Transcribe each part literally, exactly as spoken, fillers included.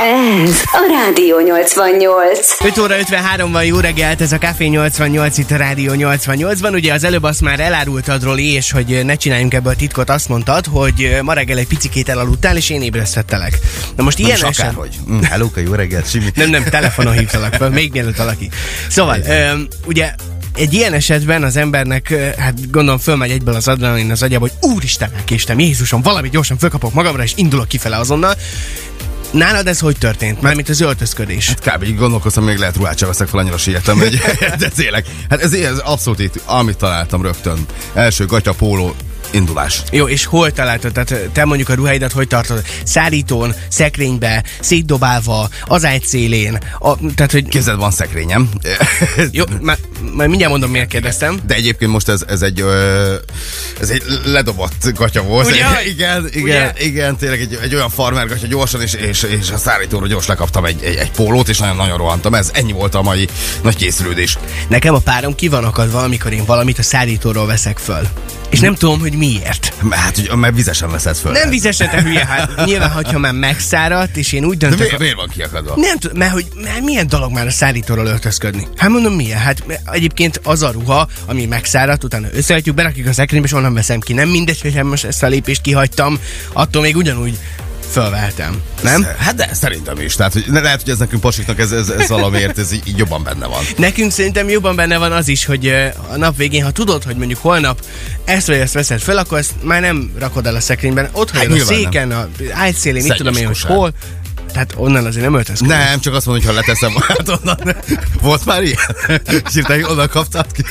Ez a Rádió nyolcvannyolc. öt óra ötvenhárom van, jó reggelt, ez a Café nyolcvannyolc itt a Rádió nyolcvannyolcban. Ugye az előbb azt már elárultad, Roli, és hogy ne csináljunk ebből a titkot, azt mondtad, hogy ma reggel egy picikét elaludtál, és én ébresztettelek. Na most ilyen eset... akárhogy. Mm, Hellóka, jó reggelt, Simi. Nem, nem, telefonon hívtalak fel, még mielőtt valaki. Szóval, öm, ugye egy ilyen esetben az embernek, hát gondolom fölmegy egyből az adrenalin az agyába, hogy úristen, elkéstem, Jézusom, valamit gyorsan fölkapok magamra, és indulok kifele azonnal. Nálad ez hogy történt? Mármint az öltözködés. Hát kb. Így gondolkoztam, még lehet ruhát sem veszek fel, annyira sietem, hogy de tényleg. Hát ez, ez abszolút itt, amit találtam rögtön. Első gatya, póló, indulás. Jó, és hol találtad? Tehát te mondjuk a ruháidat hogy tartod? Szárítón, szekrénybe, szétdobálva, az ágy szélén. A, tehát, hogy... Képzeld, van szekrényem. Jó, már, már mindjárt mondom, miért kérdeztem. De egyébként most ez, ez egy ö, ez egy ledobott gatya volt. Ugye? Igen, igen, Ugye? igen, tényleg egy, egy olyan farmer gatya gyorsan, és, és, és a szárítóról gyors lekaptam egy, egy, egy pólót, és nagyon-nagyon rohantam. Ez ennyi volt a mai nagy készülődés. Nekem a párom ki van akadva, amikor én valamit a szárítóról veszek föl. És nem tudom, hogy miért. Hát, hogy mert vizesen veszed föl. Nem vizesen, te hülye, hát nyilván, hogyha már megszáradt, és én úgy De döntök... miért, miért van kiakadva? Nem tudom, mert, hogy, mert milyen dolog már a szárítóról öltözködni? Hát mondom, milyen? Hát egyébként az a ruha, ami megszáradt, utána összehagyjuk, berakjuk a szekrénybe, és onnan veszem ki. Nem mindegy, hogy most ezt a lépést kihagytam, attól még ugyanúgy fölvehetem. Nem? Hát de szerintem is. Tehát, hogy lehet, hogy ez nekünk pasiknak ez, ez, ez valamiért ez így jobban benne van. Nekünk szerintem jobban benne van az is, hogy a nap végén, ha tudod, hogy mondjuk holnap ezt vagy ezt veszed fel, akkor ezt már nem rakod el a szekrényben. Ott Hát hát, a nyilván széken, nem. a ágyszélén, mit tudom én, hogy kosár. hol. Tehát onnan azért nem öltözködik. Nem, csak azt mondom, hogy ha leteszem, hát onnan. Volt már ilyen? Sírták, onnan kaptad ki?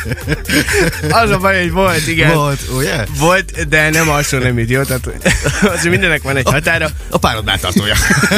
Az a baj, hogy volt, igen. Volt, ugye? Volt, de nem alsó neműt, jó? Tehát azért mindennek van egy határa. A párodnál tartója.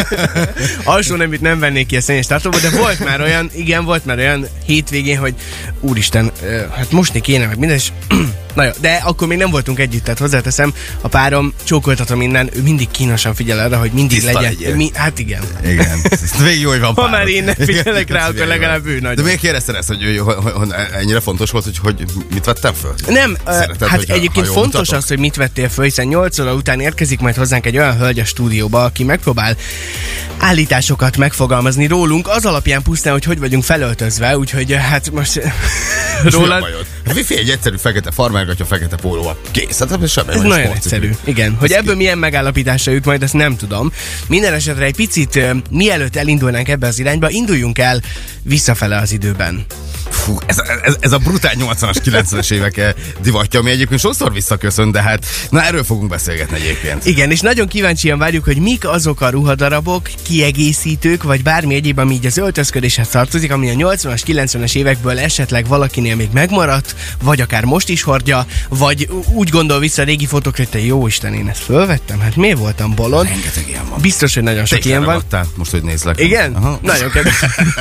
Alsó neműt nem vennék ki a szennyes tartóba, de volt már olyan, igen, volt már olyan hétvégén, hogy úristen, hát mosni kéne, meg minden, és na jó, de akkor még nem voltunk együtt, tehát hozzáteszem, a párom, csókoltatom innen, ő mindig kínosan figyel arra, hogy mindig Tiszta legyen. legyél. Mi, hát igen. Igen. Ez végig jó, hogy van Ha párod. már én nem figyelek rá, akkor legalább ő nagy. De miért kérdezted ezt, hogy, hogy, hogy, hogy ennyire fontos volt, hogy, hogy mit vettem föl? Nem, Szereted, hát hogyha- egyébként ha jól fontos mutatok? az, hogy mit vettél föl, hiszen nyolc óra után érkezik majd hozzánk egy olyan hölgy a stúdióba, aki megpróbál állításokat megfogalmazni rólunk, az alapján pusztán, hogy hogy vagyunk felöltözve, úgyhogy hát most rólad... Wifi egy egyszerű fekete farmergatya, fekete pólóval. Kész, hát ez semmi. Ez nagyon egyszerű. Igen, hogy ebből milyen megállapításra jut majd, ezt nem tudom. Minden esetre egy picit uh, mielőtt elindulnánk ebbe az irányba, induljunk el visszafele az időben. Fú, ez, ez, ez a brutál nyolcvanas, kilencvenes évek eh, divatja, ami egyébként sokszor visszaköszön, de hát na erről fogunk beszélgetni egyébként. Igen, és nagyon kíváncsian várjuk, hogy mik azok a ruhadarabok, kiegészítők, vagy bármi egyéb, ami így az öltözködéshez tartozik, ami a nyolcvanas, kilencvenes évekből esetleg valakinél még megmaradt, vagy akár most is hordja, vagy úgy gondol vissza a régi fotókra, hogy te jó Isten, én ezt fölvettem, hát miért voltam bolond? Rengeteg ilyen van. Biztos, hogy nagyon sok Te ilyen van. ragadtál, most, hogy nézlek. Igen? Aha. Nagyon kedves.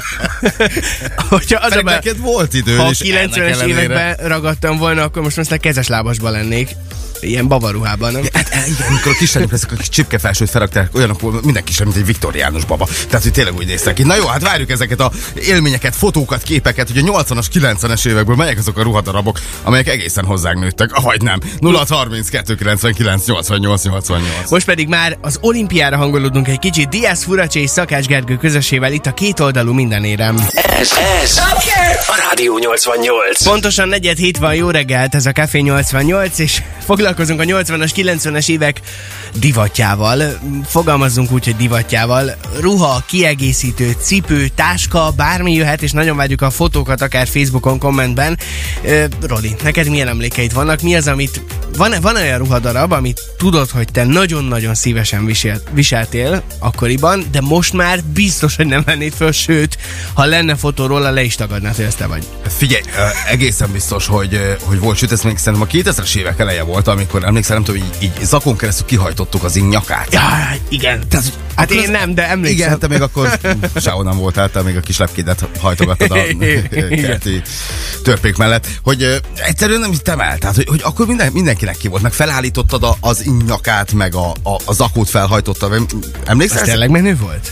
Hogyha az a Pedig bár, neked volt idő, ha a és kilencvenes ennek ellenére- években ragadtam volna, akkor most már kezes lábasban lennék. Ilyen bavaruhában, nem? Hát, igen, amikor a kislányok leszek, a kis csipke felsőt felrakták, olyanok mindenki sem, mint egy viktoriánus baba. Tehát, hogy tényleg úgy néztek ki. Na jó, hát várjuk ezeket a élményeket, fotókat, képeket, hogy a nyolcvanas, kilencvenes évekből melyek azok a ruhadarabok, amelyek egészen hozzánk nőttek, avagy nem. nulla harminckettő kilencvenkilenc nyolcvannyolc nyolcvannyolc. Most pedig már az olimpiára hangolódunk egy kicsit. Diász Furacsi és Szakács Gergő közösével itt a kétoldalú mindenérem. Ez, ez a Rádió nyolcvannyolc. Pontosan negyed hét van, jó reggelt, ez a Café nyolcvannyolc, és foglalkozunk a nyolcvanas, kilencvenes évek divatjával. Fogalmazzunk úgy, hogy divatjával. Ruha, kiegészítő, cipő, táska, bármi jöhet, és nagyon várjuk a fotókat, akár Facebookon, kommentben. Ö, Roli, neked milyen emlékeid vannak? Mi az, amit... Van, van olyan ruhadarab, amit tudod, hogy te nagyon-nagyon szívesen viselt, viseltél akkoriban, de most már biztos, hogy nem vennéd föl, sőt, ha lenne fotó róla, le is tagadnád, hogy ezt te vagy. Figyelj, ö, egészen biztos, hogy, ö, hogy volt, sőt, ez még szerintem a kétezres évek eleje volt, amikor emlékszem, nem tudom, így, így zakon keresztül kihajtottuk az nyakát. Ja, igen. Tehát, hogy Hát akkor én nem, de emlékszem. Igen, te még akkor sehol nem voltál, te még a kis lepkédet hajtogattad a kerti törpék mellett, hogy ö, egyszerűen nem hittem el, tehát hogy, hogy akkor minden, mindenkinek ki volt, meg felállítottad a, az nyakát, meg a, a, a zakót felhajtottad, emlékszel? Ez tényleg menő volt? Hát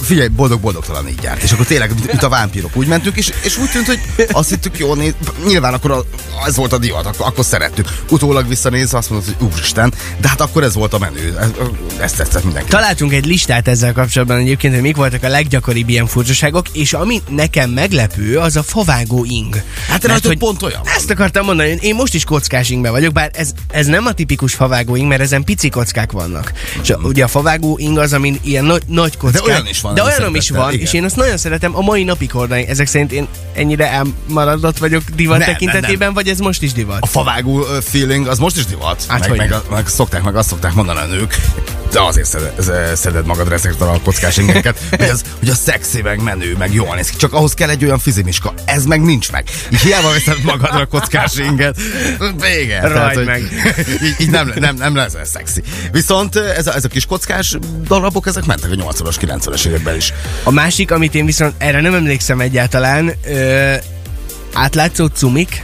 figyelj, boldog-boldogtalan így járt. És akkor tényleg, mint, mint a vámpírok, úgy mentünk, és, és úgy tűnt, hogy azt hittük, jó, néz, nyilván akkor a, ez volt a divat, akkor, akkor szerettük. Utólag visszanézve azt mondod, hogy úristen, de hát akkor ez volt a menő. Ezt tetszett mindenki. Találtunk egy listát ezzel kapcsolatban egyébként, hogy mik voltak a leggyakoribb ilyen furcsaságok, és ami nekem meglepő, az a favágó ing. Hát mert, hogy pont olyan. Ezt akartam mondani, én most is kockás ingben vagyok, bár ez, ez nem a tipikus favágó ing, mert ezen pici kockák vannak. És a, ugye a favágó ing az, amin ilyen nagy, nagy kockák. De olyan is van. De olyanom is van, igen. És én azt nagyon szeretem a mai napig hordani. Ezek szerint én ennyire elmaradott vagyok divat ne, tekintetében, ne, vagy ez most is divat? A favágó feeling az most is divat. Hát meg, meg, a, meg szokták, meg azt szokták mondani a nők, de azért szeded, szeded magadra ezeket a kockás ingeket, hogy, az, hogy a szexi, meg menő, meg jól néz ki. Csak ahhoz kell egy olyan fizimiska. Ez meg nincs meg. Így hiába veszed magadra a kockás inget. Vége. Tehát, hogy meg. így, így nem, nem, nem lesz ez szexi. Viszont ez a, ez a kis kockás darabok, ezek mentek a nyolcvanas, kilencvenes években is. A másik, amit én viszont erre nem emlékszem egyáltalán, ö, átlátszó cumik.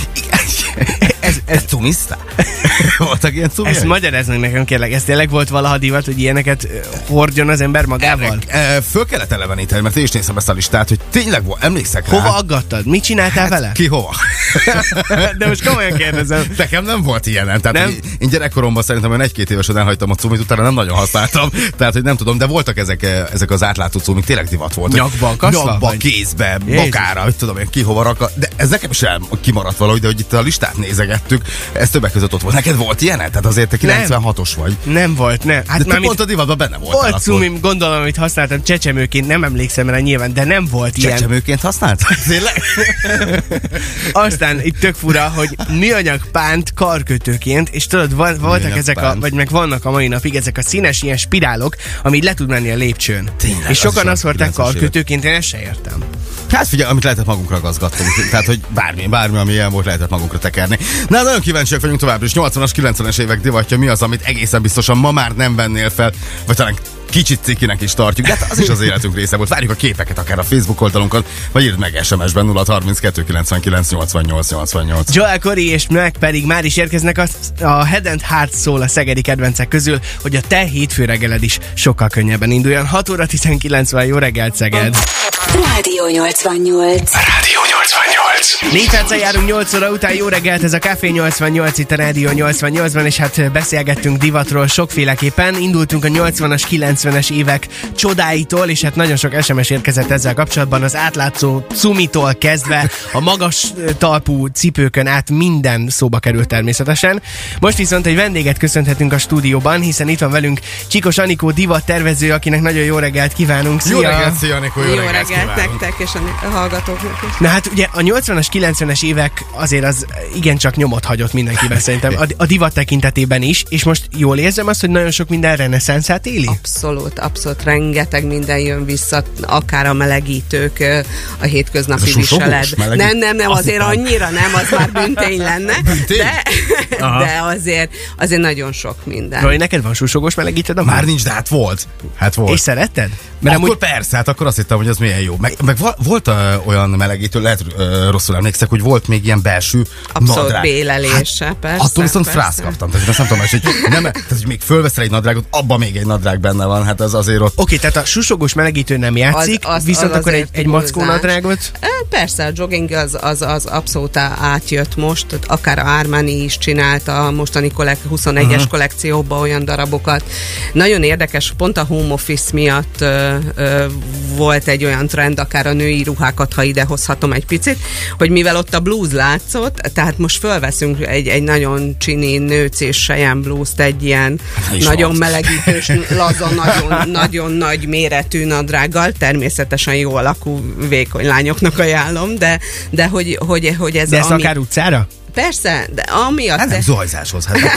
Ez, ez cumisztá? Voltak ilyen cumik? Ezt magyaráznak nekem, kérlek. Ez tényleg volt valaha divat, hogy ilyeneket hordjon az ember magával? E, föl kellett eleveníteni, mert én is nézem ezt a listát, hogy tényleg volt, emlékszek rá. Hova aggattad? Mit csináltál hát, vele? Ki hova? De most komolyan kérdezem. Nekem nem volt ilyen. Tehát nem? Én gyerekkoromban szerintem olyan egy-két évesen elhagytam a cumit, utána nem nagyon használtam. Tehát, hogy nem tudom, de voltak ezek, ezek az átlátó cumik, tényleg divat volt. Nyakba, kaszva? Nyakba, kézbe, bokára, hogy tudom én ki hova rak. De ez nekem is el kimaradt valahogy, de hogy itt a listát nézegettük, ez többek között ott volt. Neked volt ilyen? Tehát azért te kilencvenhatos vagy. Nem volt, nem. Hát de te pont a divatban benne voltál. Volt cumim, gondolom, amit használtam csecsemőként, nem emlékszem rá nyilván, de nem volt ilyen. Csecsemőként használtál? Tényleg? Aztán itt tök fura, hogy műanyag pánt karkötőként, és tudod, voltak műanyag ezek pánt. a, vagy meg vannak a mai napig ezek a színes ilyen spirálok, ami le tud menni a lépcsőn. Tényleg, és sokan azt hordták karkötőként, én ezt se értem. Hát figyelj, amit lehetett magunkra gazgattunk. Tehát, hogy bármi, bármi, ami ilyen volt, lehetett magunkra tekerni. Na, nagyon kíváncsiak vagyunk továbbra is. nyolcvanas, kilencvenes évek divatja, mi az, amit egészen biztosan ma már nem vennél fel, vagy talán kicsit cikinek is tartjuk, de hát az is az életünk része volt. Várjuk a képeket akár a Facebook oldalunkon, vagy írd meg es em es-ben nulla harminckettő kilencvenkilenc nyolcvannyolc nyolcvannyolc. Joel Corey és meg pedig már is érkeznek a, a Head and Heart szól a szegedi kedvencek közül, hogy a te hétfő reggeled is sokkal könnyebben induljon. hat óra tizenkilenc van, jó reggelt Szeged! Rádió nyolcvannyolc. Rádió nyolcvannyolc. négy perccel járunk nyolc óra után, jó reggelt, ez a Café nyolcvannyolc itt a Rádió nyolcvannyolcban, és hát beszélgettünk divatról sokféleképpen. Indultunk a nyolcvanas, kilencvenes évek csodáitól, és hát nagyon sok es em es érkezett ezzel kapcsolatban, az átlátszó cumitól kezdve a magas talpú cipőkön át minden szóba került természetesen. Most viszont egy vendéget köszönhetünk a stúdióban, hiszen itt van velünk Csikos Anikó divat tervező, akinek nagyon jó reggelt kívánunk. Szia! Jó reggelt, szia Anikó, jó, jó reggelt, reggelt nektek és a hallgatóknak is. Na hát ugye a nyolcvanas, kilencvenes évek azért az igencsak nyomot hagyott mindenkiben szerintem, a, a divat tekintetében is, és most jól érzem azt, hogy nagyon sok minden reneszánszát éli? Abszolút, abszolút, rengeteg minden jön vissza, akár a melegítők, a hétköznapi viselet. Nem, nem, nem, azért annyira nem, az már bűntény lenne, de, de azért, azért nagyon sok minden. Vagy neked van susogós melegítőd? Már nincs, de hát volt. Hát volt. És szeretted? Mert akkor amúgy... persze, hát akkor azt hittem, hogy az milyen jó. Meg, meg volt uh, olyan melegítő, lehet uh, rosszul emlékszek, hogy volt még ilyen belső abszolút nadrág. bélelése, hát, persze. Attól viszont persze. frász kaptam. Tehát azt nem tudom, hogy, nem, tehát, hogy még fölveszel egy nadrágot, abban még egy nadrág benne van, hát az azért ott... Oké, okay, tehát a susogós melegítő nem játszik, az, az, viszont az akkor egy, egy mackó nadrágot? Persze, a jogging az, az, az abszolút átjött most, akár a Armani is csinálta a mostani kollek- huszonegyes uh-huh. kollekcióban olyan darabokat. Nagyon érdekes, pont a home office miatt ö, ö, volt egy olyan trend, akár a női ruhákat, ha ide hozhatom egy picit, hogy mivel ott a blues látszott, tehát most fölveszünk egy, egy nagyon csini nőcés sejem blúzt, egy ilyen nagyon van. melegítős, laza, nagyon, nagyon nagy méretű nadrággal, természetesen jó alakú, vékony lányoknak ajánlom, de, de hogy, hogy, hogy ez... De ez ami... akár utcára? Persze, de amiatt... Ez nem zuhajzáshoz. Hát.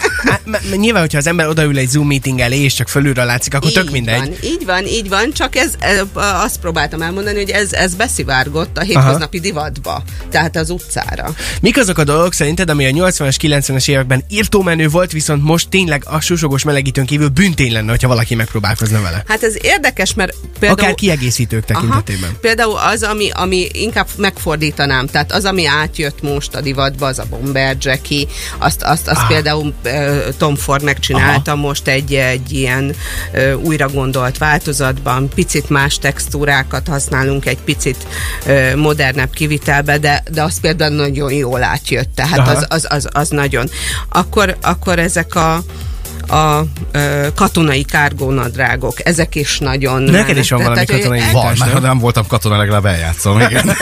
M- nyilván, hogyha az ember odaül egy Zoom meeting elé, és csak fölülről látszik, akkor így tök mindegy. Van, így van, így van, csak ez, azt próbáltam elmondani, hogy ez, ez beszivárgott a hétköznapi Aha. divatba, tehát az utcára. Mik azok a dolgok szerinted, ami a nyolcvanas, kilencvenes években írtómenő volt, viszont most tényleg a susogós melegítőn kívül bűntény lenne, hogyha valaki megpróbálkozna vele? Hát ez érdekes, mert például... Akár kiegészítők tekintetében. Aha, például az, ami, ami inkább megfordítanám, tehát az, ami átjött most a divatba, az a bomber jackie, azt, azt, azt ah. például Tom Ford megcsinálta Aha. most egy, egy ilyen ö, újra gondolt változatban, picit más textúrákat használunk, egy picit ö, modernebb kivitelbe, de, de az például nagyon jól átjött, tehát az, az, az, az nagyon. Akkor, akkor ezek a a ö, katonai kárgónadrágok, ezek is nagyon... Neked is van valami katonai Van, mert nem voltam katona, legalább eljátszom, igen.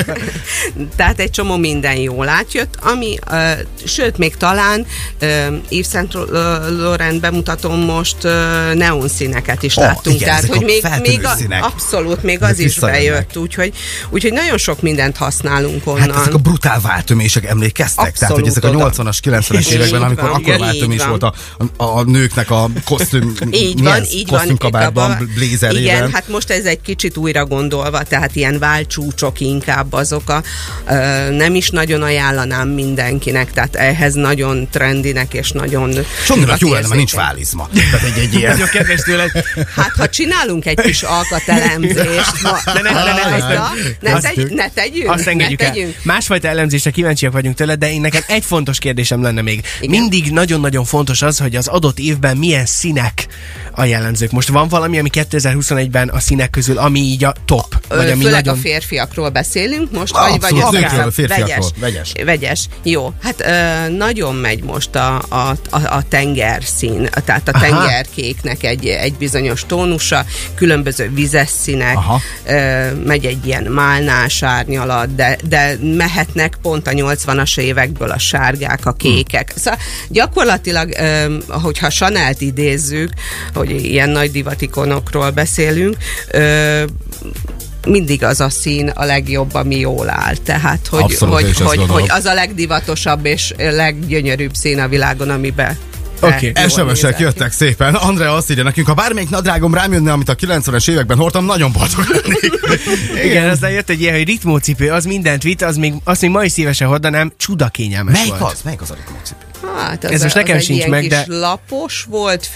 Tehát egy csomó minden jól átjött, ami, ö, sőt, még talán ö, Yves Saint Laurent bemutatom most ö, neon színeket is oh, láttunk, igen, tehát hogy még, még a, színek. abszolút, még az is bejött, úgyhogy, úgyhogy nagyon sok mindent használunk onnan. Hát ezek a brutál váltömések, emlékeztek? Abszolút tehát, hogy ezek a nyolcvanas, kilencvenes években, amikor van, akkor váltömés volt a, a a nőknek a kosztüm, így van, így kosztümkabátban, blézerében. Igen, hát most ez egy kicsit újra gondolva, tehát ilyen válcsúcsok inkább azok a, ö, nem is nagyon ajánlanám mindenkinek, tehát ehhez nagyon trendinek és nagyon... Sondinak jó lenne, mert nincs válizma. Tehát egy, egy ilyen... Nagyon kedves tőled. Hát, ha csinálunk egy kis alkatelemzést, ma, ne, ne, ne, ne, ne, ne, tegy, ne tegyünk. Azt engedjük ne el. tegyünk. Másfajta elemzésre kíváncsiak vagyunk tőled, de én nekem egy fontos kérdésem lenne még. Igen? Mindig nagyon-nagyon fontos az, hogy az adott évben milyen színek a jellemzők. Most van valami, ami kétezer-huszonegyben a színek közül, ami így a top? Vagy ami főleg nagyon... a férfiakról beszélünk most, Abszolút, vagy, vagy nőkről, férfiakról, vegyes. Vegyes. Jó, hát ö, nagyon megy most a, a, a, a tengerszín, tehát a Aha. tengerkéknek egy, egy bizonyos tónusa, különböző vizes színek, ö, megy egy ilyen málnás árnyalat, de, de mehetnek pont a nyolcvanas évekből a sárgák, a kékek. Hmm. Szóval gyakorlatilag, ö, hogyha Chanel-t idézzük, hogy ilyen nagy divatikonokról beszélünk, ö, mindig az a szín a legjobb, ami jól áll. Tehát, hogy, Abszolút, hogy, hogy, hogy az a legdivatosabb és leggyönyörűbb szín a világon, amiben Oké, okay. es em es-ek jöttek szépen. Andrea azt írja nekünk, ha bármelyik nadrágom rám jönne, amit a kilencvenes években hordtam, nagyon boldog lennék. Igen, aztán jött egy ilyen, hogy ritmócipő, az mindent vitt, az még, azt még ma is szívesen hordanám, csuda kényelmes Melyik volt. az? Melyik az a ritmócipő? Hát az Ez most nekem sincs egy meg, kis de... lapos volt,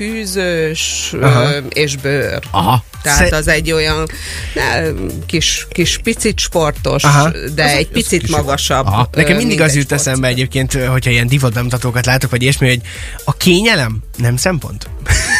fűzős ö, és bőr. Aha. Tehát Sze... az egy olyan ne, kis, kis picit sportos, Aha. de az egy az picit magasabb. Aha. Nekem mindig az jut eszembe egyébként, hogyha ilyen divatbemutatókat látok, vagy ilyesmi, hogy a kényelem nem szempont.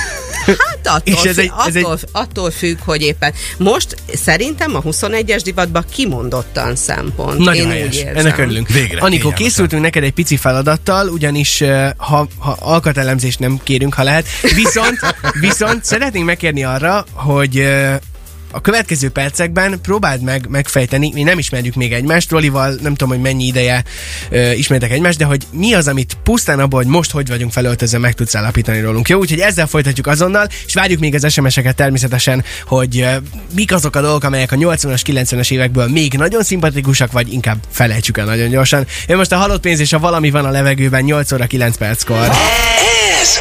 Hát attól, és ez egy, ez attól, egy... attól függ, hogy éppen most szerintem a huszonegyes divatban kimondottan szempont. Nagyon Én helyes. úgy érzem. Ennek örülünk. Végre. Anikó, készültünk neked egy pici feladattal, ugyanis ha, ha alkatelemzést nem kérünk, ha lehet, viszont, viszont szeretnénk megkérni arra, hogy a következő percekben próbáld meg megfejteni, mi nem ismerjük még egymást, Rolival nem tudom, hogy mennyi ideje uh, ismertek egymást, de hogy mi az, amit pusztán abban, hogy most hogy vagyunk felöltözve, meg tudsz állapítani rólunk. Jó, úgyhogy ezzel folytatjuk azonnal, és várjuk még az es em es-eket természetesen, hogy uh, mik azok a dolgok, amelyek a nyolcvanas, kilencvenes évekből még nagyon szimpatikusak, vagy inkább felejtsük el nagyon gyorsan. Jön most a halott pénz és a valami van a levegőben nyolc óra kilenc perckor. Ez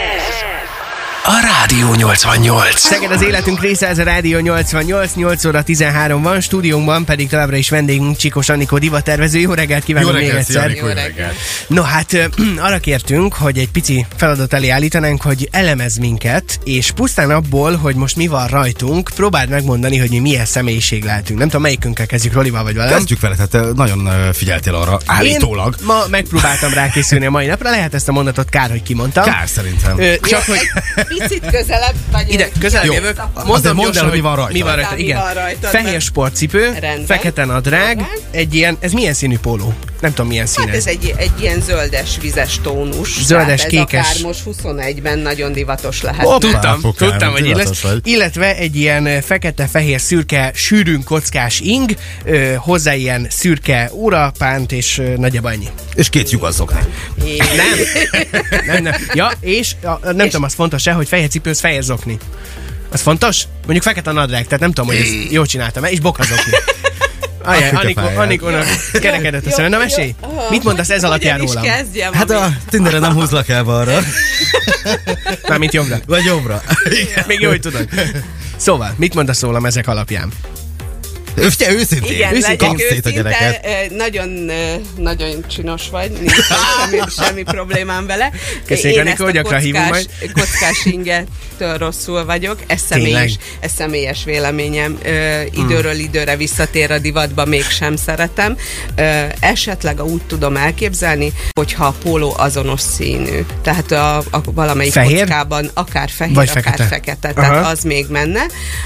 a Rádió nyolcvannyolc. Szeged az életünk része, ez a Rádió nyolcvannyolc, nyolc óra tizenhárom van, stúdiónkban pedig továbbra is vendégünk Csikós Anikó divattervező. Jó reggelt kívánunk még egyszer. Jó reggelt. No hát arra kértünk, hogy egy pici feladat elé állítanánk, hogy elemez minket, és pusztán abból, hogy most mi van rajtunk, próbáld megmondani, hogy mi milyen személyiség lehetünk. Nem tudom, melyikünkkel kezdjük, Rolival vagy velem. Kezdjük vele, tehát nagyon figyeltél arra, állítólag. Én ma megpróbáltam rákészülni a mai napra, lehet ezt a mondatot kár, hogy kimondtam. Kár szerintem. Ö, csak hogy... Picit közelebb vagyunk. Ide, közelebb jövök. Mondom mondd el, hogy mi van rajta. Mi van rajta, igen. Van rajta, Fehér sportcipő, rendben. fekete nadrág, egy ilyen, ez milyen színű póló? Nem tudom, milyen szín Hát ez. ez egy, egy ilyen zöldes, vizes tónus. Zöldes, ez kékes. akár most huszonegyben nagyon divatos lehet. Oh, tudtam, Fokám, tudtam, hogy így lesz. vagy. Illetve egy ilyen fekete-fehér szürke, sűrűn kockás ing, ö, hozzá ilyen szürke órapánt, és ö, nagyjából ennyi. És két lyukasszokni. Nem. nem, nem. Ja, és a, nem és tudom, az fontos-e, hogy fehér cipő, az fehér zokni. Az fontos? Mondjuk fekete nadrág, tehát nem tudom, hogy ezt jól csináltam-e, és bokazokni. Ajaj, Anikó, Anikónak kerekedett a szemem. Na mesélj, mit mondasz ez alapján rólam? Hát a Tinderen nem húzlak el balra. Mármint jobbra. Vagy jobbra. Még jó, hogy tudod. Szóval, mit mondasz rólam ezek alapján? Ugye, őszintén. Igen, őszintén legyek szét a gyereket. őszinte, nagyon, nagyon csinos vagy, nincs semmi, semmi problémám vele. Köszönjük, Én Anikó, ezt a gyakran hívunk kockás, majd. kockás ingettől rosszul vagyok, ez személyes, ez személyes véleményem. Ö, időről időre visszatér a divatba, mégsem szeretem. Ö, esetleg úgy tudom elképzelni, hogyha a póló azonos színű. Tehát a, a valamelyik fehér? kockában akár fehér, vagy akár fekete. fekete. Tehát az még menne.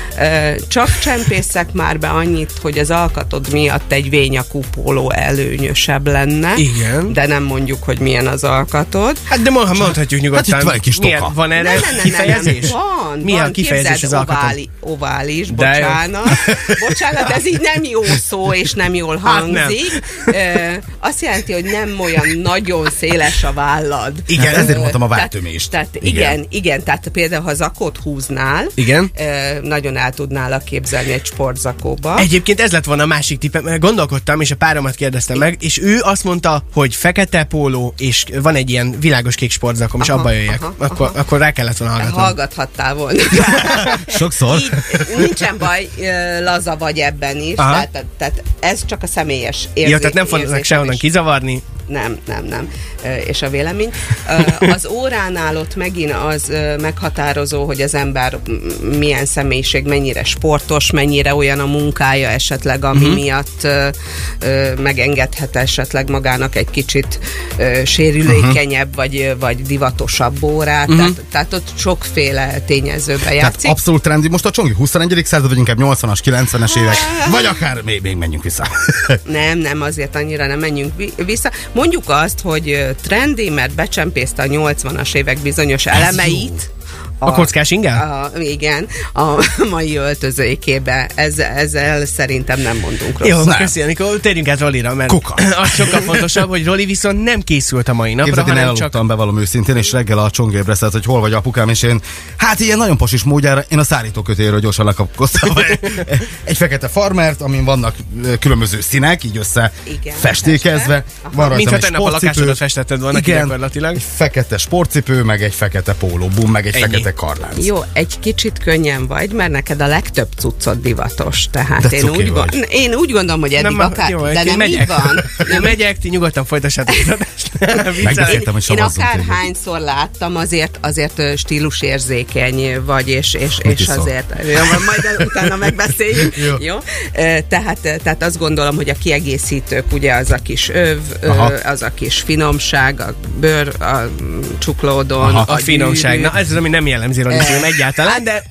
Ö, csak csempészek már be annyit, hogy az alkatod miatt egy vényakú póló előnyösebb lenne. Igen. De nem mondjuk, hogy milyen az alkatod. Hát de mond, mondhatjuk nyugodtan. Hát itt van egy kis Milyen, toka. van erre Nem, nem, nem, kifejezés? nem, nem. Van, Mi van, a kifejezés képzeld, az alkatod? ováli, ovális, De jó. bocsánat. Bocsánat, ez így nem jó szó, és nem jól Hát hangzik. Ö, azt jelenti, hogy nem olyan nagyon széles a vállad. Igen, Ö, ezért mondtam a tehát- váltömést. Tehát Igen. igen, igen, tehát például ha zakót húznál, Igen. ö, nagyon el tudnál képzelni egy sportzakóba. Egyébként ez lett volna a másik tippem, mert gondolkodtam, és a páromat kérdeztem meg, és ő azt mondta, hogy fekete póló, és van egy ilyen világos kék sportzakom, és Aha, abba jöjjek. aha, Akkor, aha. akkor rá kellett volna hallgatnom. Hallgathattál volna. Sokszor. Így, nincsen baj, ö, laza vagy ebben is, Aha. tehát, tehát, tehát ez csak a személyes érzék. Ja, tehát nem fognak érzékelés. sehonnan kizavarni. Nem, nem, nem. Ö, És a vélemény. Ö, Az óránál ott megint az ö, meghatározó, hogy az ember m- milyen személyiség, mennyire sportos, mennyire olyan a munkája esetleg, ami uh-huh. miatt ö, ö, megengedhet esetleg magának egy kicsit ö, sérülékenyebb, uh-huh. vagy, vagy divatosabb órát. Uh-huh. Tehát, tehát ott sokféle tényezőbe Tehát játszik. abszolút trendi. Most a Csongi huszonegyedik század, vagy inkább nyolcvanas, kilencvenes évek, vagy akár még, még menjünk vissza. Nem, nem, azért annyira nem menjünk vi- vissza. Mondjuk azt, hogy ö, trendi, mert becsempészte a nyolcvanas évek bizonyos elemeit. A kockás ingel? A, igen, a mai öltözékébe. Ezzel, ezzel szerintem nem mondunk rosszat. Jó, Nem. köszi, Anikó, térjünk át Rolira, mert Kuka. az sokkal fontosabb, hogy Roli viszont nem készült a mai napra, Képzeld, én hanem elaludtam, csak... bevallom őszintén, és reggel a Csongi ébresztett, hogy hol vagy apukám, és én, hát ilyen nagyon pasis módjára, én a szárítókötéről gyorsan lekapkoztam. Egy fekete farmert, amin vannak ö, különböző színek, így össze Igen, festékezve. festve. Van rajtam Mintha egy tegnap a sportcipő. lakásodat festetted volna ki Igen, gyakorlatilag. egy fekete sportcipő, meg egy fekete pólóbum, meg egy Ennyi. fekete karlánc. Jó, egy kicsit könnyen vagy, mert neked a legtöbb cuccod divatos. Tehát De én cuki úgy, vagy. gond, én úgy gondolom, hogy eddig Nem, akár, jó, de én nem megyek. így van. Én megyek, ti nyugodtan folytassátok az adást. Viccelek. Megbeszéltem, hogy Én savazzunk akár téged. hányszor láttam, azért, azért ö, stílusérzékeny vagy, és, és, Mit és iszol? azért, jó, majd utána megbeszéljük. Jó. Jó? Ö, Tehát, tehát azt gondolom, hogy a kiegészítők, ugye az a kis öv, ö, Aha. az a kis finomság, a bőr a csuklódon, A finomság. gyűrű. Na, ez az, ami nem jellemzi Roli film egyáltalán, de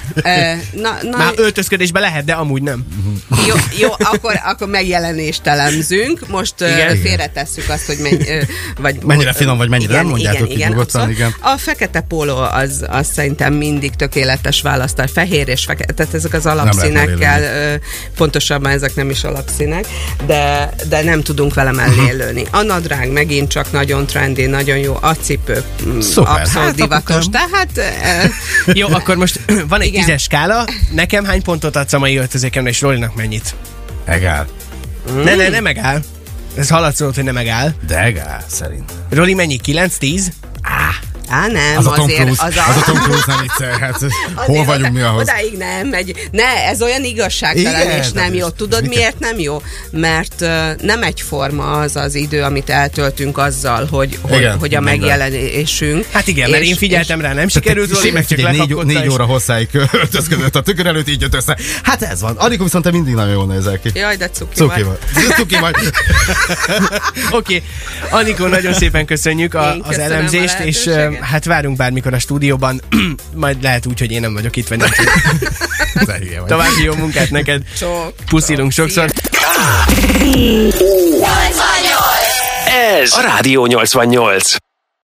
Ö, na, na, már öltözködésben lehet, de amúgy nem. Jó, jó akkor, akkor megjelenést elemzünk. Most Igen. uh, félretesszük azt, hogy menny, uh, vagy, Mennyire finom vagy, mennyire igen, nem mondjátok igen, ki igen, nyugodtan, abszolút. igen. A fekete póló az, az szerintem mindig tökéletes választás. Fehér és fekete, tehát ezek az alapszínekkel, uh, pontosabban ezek nem is alapszínek, de, de nem tudunk vele mellé lőni. A nadrág megint csak nagyon trendy, nagyon jó. A cipő mm, Szuper. abszolút Hát, divatos. akkor- Tehát uh, Jó, akkor most van egy Igen. tízes skála, nekem hány pontot adsz a mai öltözékemre, és Rolinak mennyit? Egál. Ne, ne, ne megáll. Ez hallatszott, hogy ne megáll. De egál, szerint. Roli mennyi? kilenc tíz? á, nem, Az a Tom azért Cruise, az az a Tom Cruise, nem viccelj, hát hol Azért vagyunk mi oda, ahhoz? Odáig nem megy. Ne, ez olyan igazságtalan, Igen, és de nem ez- jó. Tudod, ez miért nem jó? Mert uh, nem egyforma az az idő, amit eltöltünk azzal, hogy, hogy, Igen, hogy a minden. megjelenésünk. Hát igen, mert És- én figyeltem rá, nem sikerült Roli, meg csak Figyelj, négy, lekapkodta. négy és- óra hosszáig öltözködött a tükör előtt, így jött össze. Hát ez van. Anikó viszont te mindig nagyon jól nézel ki. Jaj, de cuki, Cuki vagy. vagy. Cuki vagy. Oké, Anikó, nagyon szépen köszönjük a, Én az köszönöm a elemzést, és uh, lehetőséget. hát várunk bármikor a stúdióban, majd lehet úgy, hogy én nem vagyok itt, vagy nem. Te hülye vagy. További jó munkát neked. Csók. Puszilunk sokszor. Ez a Rádió nyolcvannyolc.